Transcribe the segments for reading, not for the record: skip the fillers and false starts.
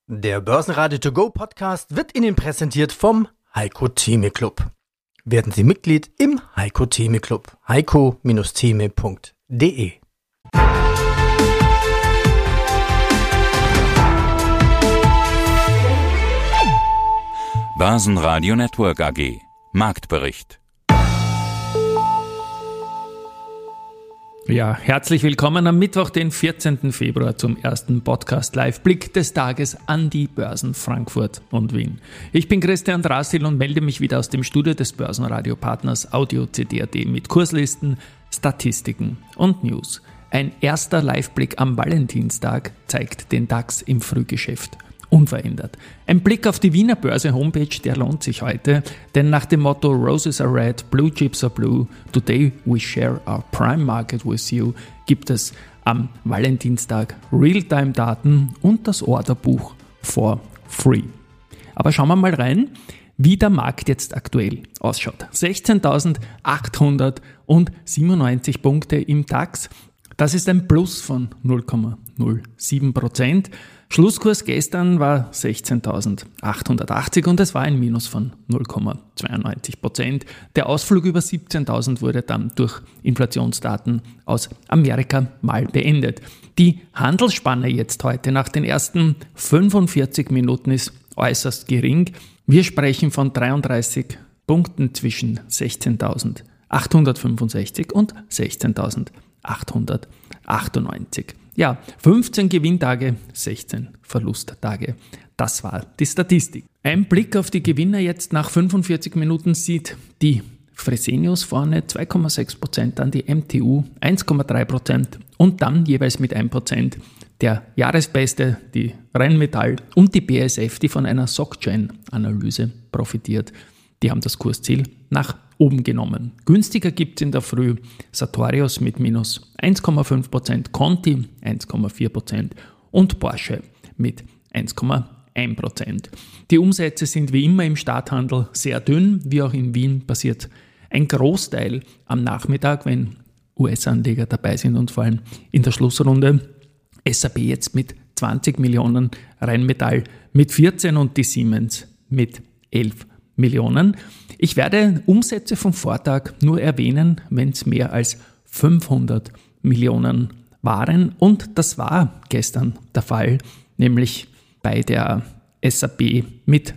Der Börsenradio To Go Podcast wird Ihnen präsentiert vom Heiko Theme Club. Werden Sie Mitglied im Heiko Theme Club. heiko-theme.de. Börsenradio Network AG. Marktbericht. Ja, herzlich willkommen am Mittwoch, den 14. Februar zum ersten Podcast-Live-Blick des Tages an die Börsen Frankfurt und Wien. Ich bin Christian Drastil und melde mich wieder aus dem Studio des Börsenradio-Partners Audio CD.at mit Kurslisten, Statistiken und News. Ein erster Live-Blick am Valentinstag zeigt den DAX im Frühgeschäft unverändert. Ein Blick auf die Wiener Börse-Homepage, der lohnt sich heute, denn nach dem Motto Roses are red, blue chips are blue, today we share our prime market with you, gibt es am Valentinstag Realtime-Daten und das Orderbuch for free. Aber schauen wir mal rein, wie der Markt jetzt aktuell ausschaut. 16.897 Punkte im DAX, das ist ein Plus von 0,07%. Schlusskurs gestern war 16.880 und es war ein Minus von 0,92%. Der Ausflug über 17.000 wurde dann durch Inflationsdaten aus Amerika mal beendet. Die Handelsspanne jetzt heute nach den ersten 45 Minuten ist äußerst gering. Wir sprechen von 33 Punkten zwischen 16.865 und 16.898. Ja, 15 Gewinntage, 16 Verlusttage. Das war die Statistik. Ein Blick auf die Gewinner jetzt nach 45 Minuten sieht die Fresenius vorne 2,6%, dann die MTU 1,3% und dann jeweils mit 1% der Jahresbeste, die Rheinmetall und die BASF, die von einer SocGen-Analyse profitiert. Die haben das Kursziel nach oben genommen. Günstiger gibt es in der Früh Sartorius mit minus 1,5%, Conti 1,4% und Porsche mit 1,1%. Die Umsätze sind wie immer im Starthandel sehr dünn, wie auch in Wien passiert ein Großteil am Nachmittag, wenn US-Anleger dabei sind und vor allem in der Schlussrunde. SAP jetzt mit 20 Millionen, Rheinmetall mit 14 und die Siemens mit 11 Millionen. Ich werde Umsätze vom Vortag nur erwähnen, wenn es mehr als 500 Millionen waren. Und das war gestern der Fall, nämlich bei der SAP mit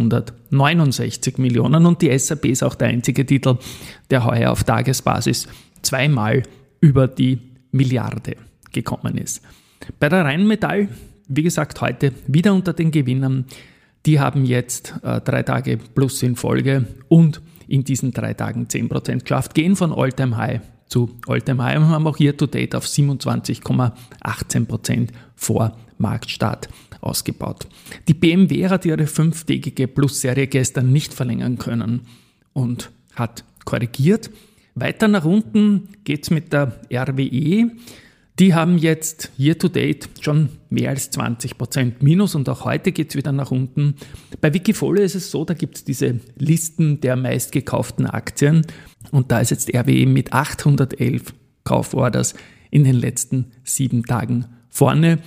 669 Millionen. Und die SAP ist auch der einzige Titel, der heuer auf Tagesbasis zweimal über die Milliarde gekommen ist. Bei der Rheinmetall, wie gesagt, heute wieder unter den Gewinnern. Die haben jetzt 3 Tage plus in Folge und in diesen 3 Tagen 10% geschafft, gehen von All-Time High zu All-Time High und haben auch Year-to-Date auf 27,18% vor Marktstart ausgebaut. Die BMW hat ihre 5-tägige Plus-Serie gestern nicht verlängern können und hat korrigiert. Weiter nach unten geht es mit der RWE. Die haben jetzt Year-to-Date schon mehr als 20% Minus und auch heute geht es wieder nach unten. Bei Wikifolio ist es so, da gibt es diese Listen der meistgekauften Aktien und da ist jetzt RWE mit 811 Kauforders in den letzten 7 Tagen vorne,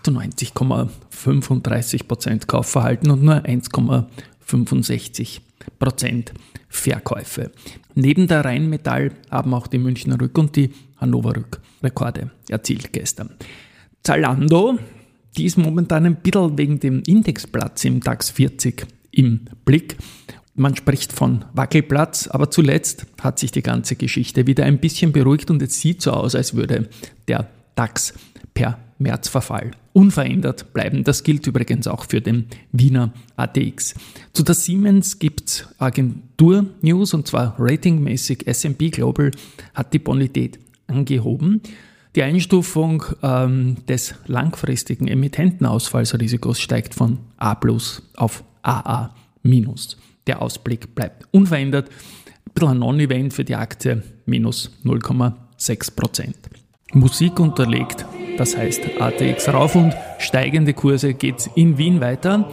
98,35% Kaufverhalten und nur 1,65% Verkäufe. Neben der Rheinmetall haben auch die Münchner Rück und die Hannover Rück Rekorde erzielt gestern. Zalando, die ist momentan ein bisschen wegen dem Indexplatz im DAX 40 im Blick. Man spricht von Wackelplatz, aber zuletzt hat sich die ganze Geschichte wieder ein bisschen beruhigt und es sieht so aus, als würde der DAX per Märzverfall unverändert bleiben. Das gilt übrigens auch für den Wiener ATX. Zu der Siemens gibt es Agentur-News und zwar ratingmäßig. S&P Global hat die Bonität angehoben. Die Einstufung des langfristigen Emittentenausfallsrisikos steigt von A+ auf AA-. Der Ausblick bleibt unverändert. Ein bisschen ein Non-Event für die Aktie, minus 0,6%. Musik unterlegt, das heißt ATX rauf und steigende Kurse geht's in Wien weiter.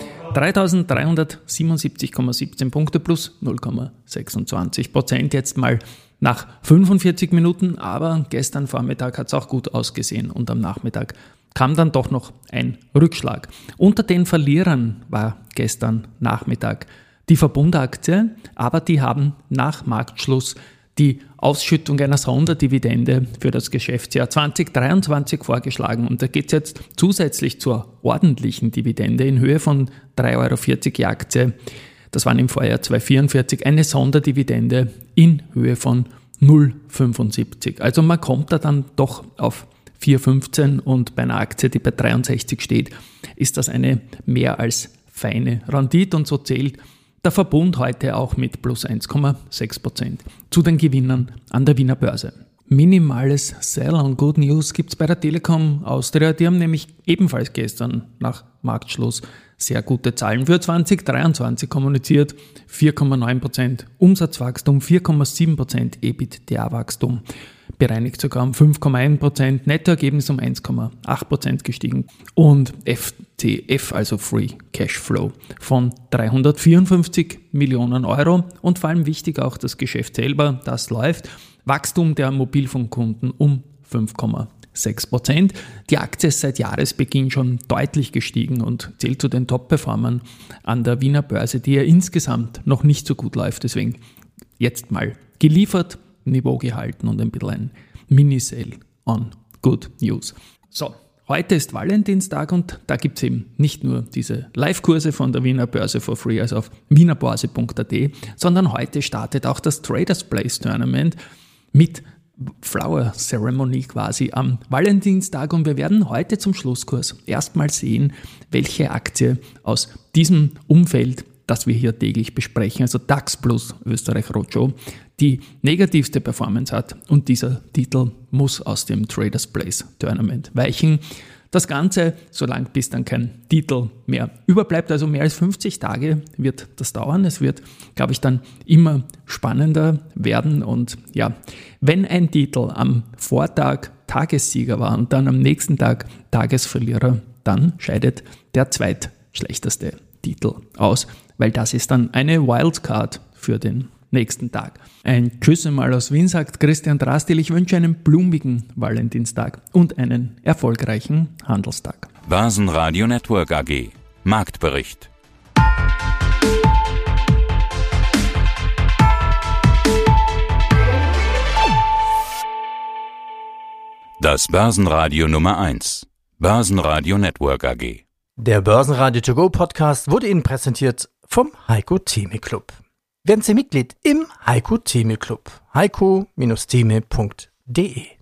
3.377,17 Punkte plus 0,26%. Jetzt mal nach 45 Minuten, aber gestern Vormittag hat es auch gut ausgesehen und am Nachmittag kam dann doch noch ein Rückschlag. Unter den Verlierern war gestern Nachmittag die Verbund-Aktie, aber die haben nach Marktschluss die Ausschüttung einer Sonderdividende für das Geschäftsjahr 2023 vorgeschlagen. Und da geht es jetzt zusätzlich zur ordentlichen Dividende in Höhe von 3,40 € je Aktie. Das waren im Vorjahr 2,44 eine Sonderdividende in Höhe von 0,75. Also man kommt da dann doch auf 4,15 und bei einer Aktie, die bei 63 steht, ist das eine mehr als feine Rendite und so zählt der Verbund heute auch mit plus 1,6% zu den Gewinnern an der Wiener Börse. Minimales Sell on Good News gibt es bei der Telekom Austria. Die haben nämlich ebenfalls gestern nach Marktschluss sehr gute Zahlen für 2023 kommuniziert. 4,9% Umsatzwachstum, 4,7% EBITDA-Wachstum, bereinigt sogar um 5,1%, Nettoergebnis um 1,8% gestiegen und FCF, also Free Cashflow, von 354 Millionen € und vor allem wichtig auch das Geschäft selber, das läuft. Wachstum der Mobilfunkkunden um 5,6%. Die Aktie ist seit Jahresbeginn schon deutlich gestiegen und zählt zu den Top-Performern an der Wiener Börse, die ja insgesamt noch nicht so gut läuft. Deswegen jetzt mal geliefert, Niveau gehalten und ein bisschen ein Mini-Sale on Good News. So, heute ist Valentinstag und da gibt es eben nicht nur diese Live-Kurse von der Wiener Börse for free, also auf wienerbörse.at, sondern heute startet auch das Traders Place Tournament mit Flower Ceremony quasi am Valentinstag und wir werden heute zum Schlusskurs erstmal sehen, welche Aktie aus diesem Umfeld, das wir hier täglich besprechen, also DAX plus Österreich Roadshow, die negativste Performance hat und dieser Titel muss aus dem Traders Place Tournament weichen. Das Ganze, solange bis dann kein Titel mehr überbleibt, also mehr als 50 Tage wird das dauern. Es wird, glaube ich, dann immer spannender werden und ja, wenn ein Titel am Vortag Tagessieger war und dann am nächsten Tag Tagesverlierer, dann scheidet der zweitschlechteste Titel aus, weil das ist dann eine Wildcard für den nächsten Tag. Ein Tschüss einmal aus Wien, sagt Christian Drastil. Ich wünsche einen blumigen Valentinstag und einen erfolgreichen Handelstag. Börsenradio Network AG. Marktbericht. Das Börsenradio Nummer 1. Börsenradio Network AG. Der Börsenradio To Go Podcast wurde Ihnen präsentiert vom Heiko Theme Club. Werden Sie Mitglied im Heiko Theme Club. heiko-theme.de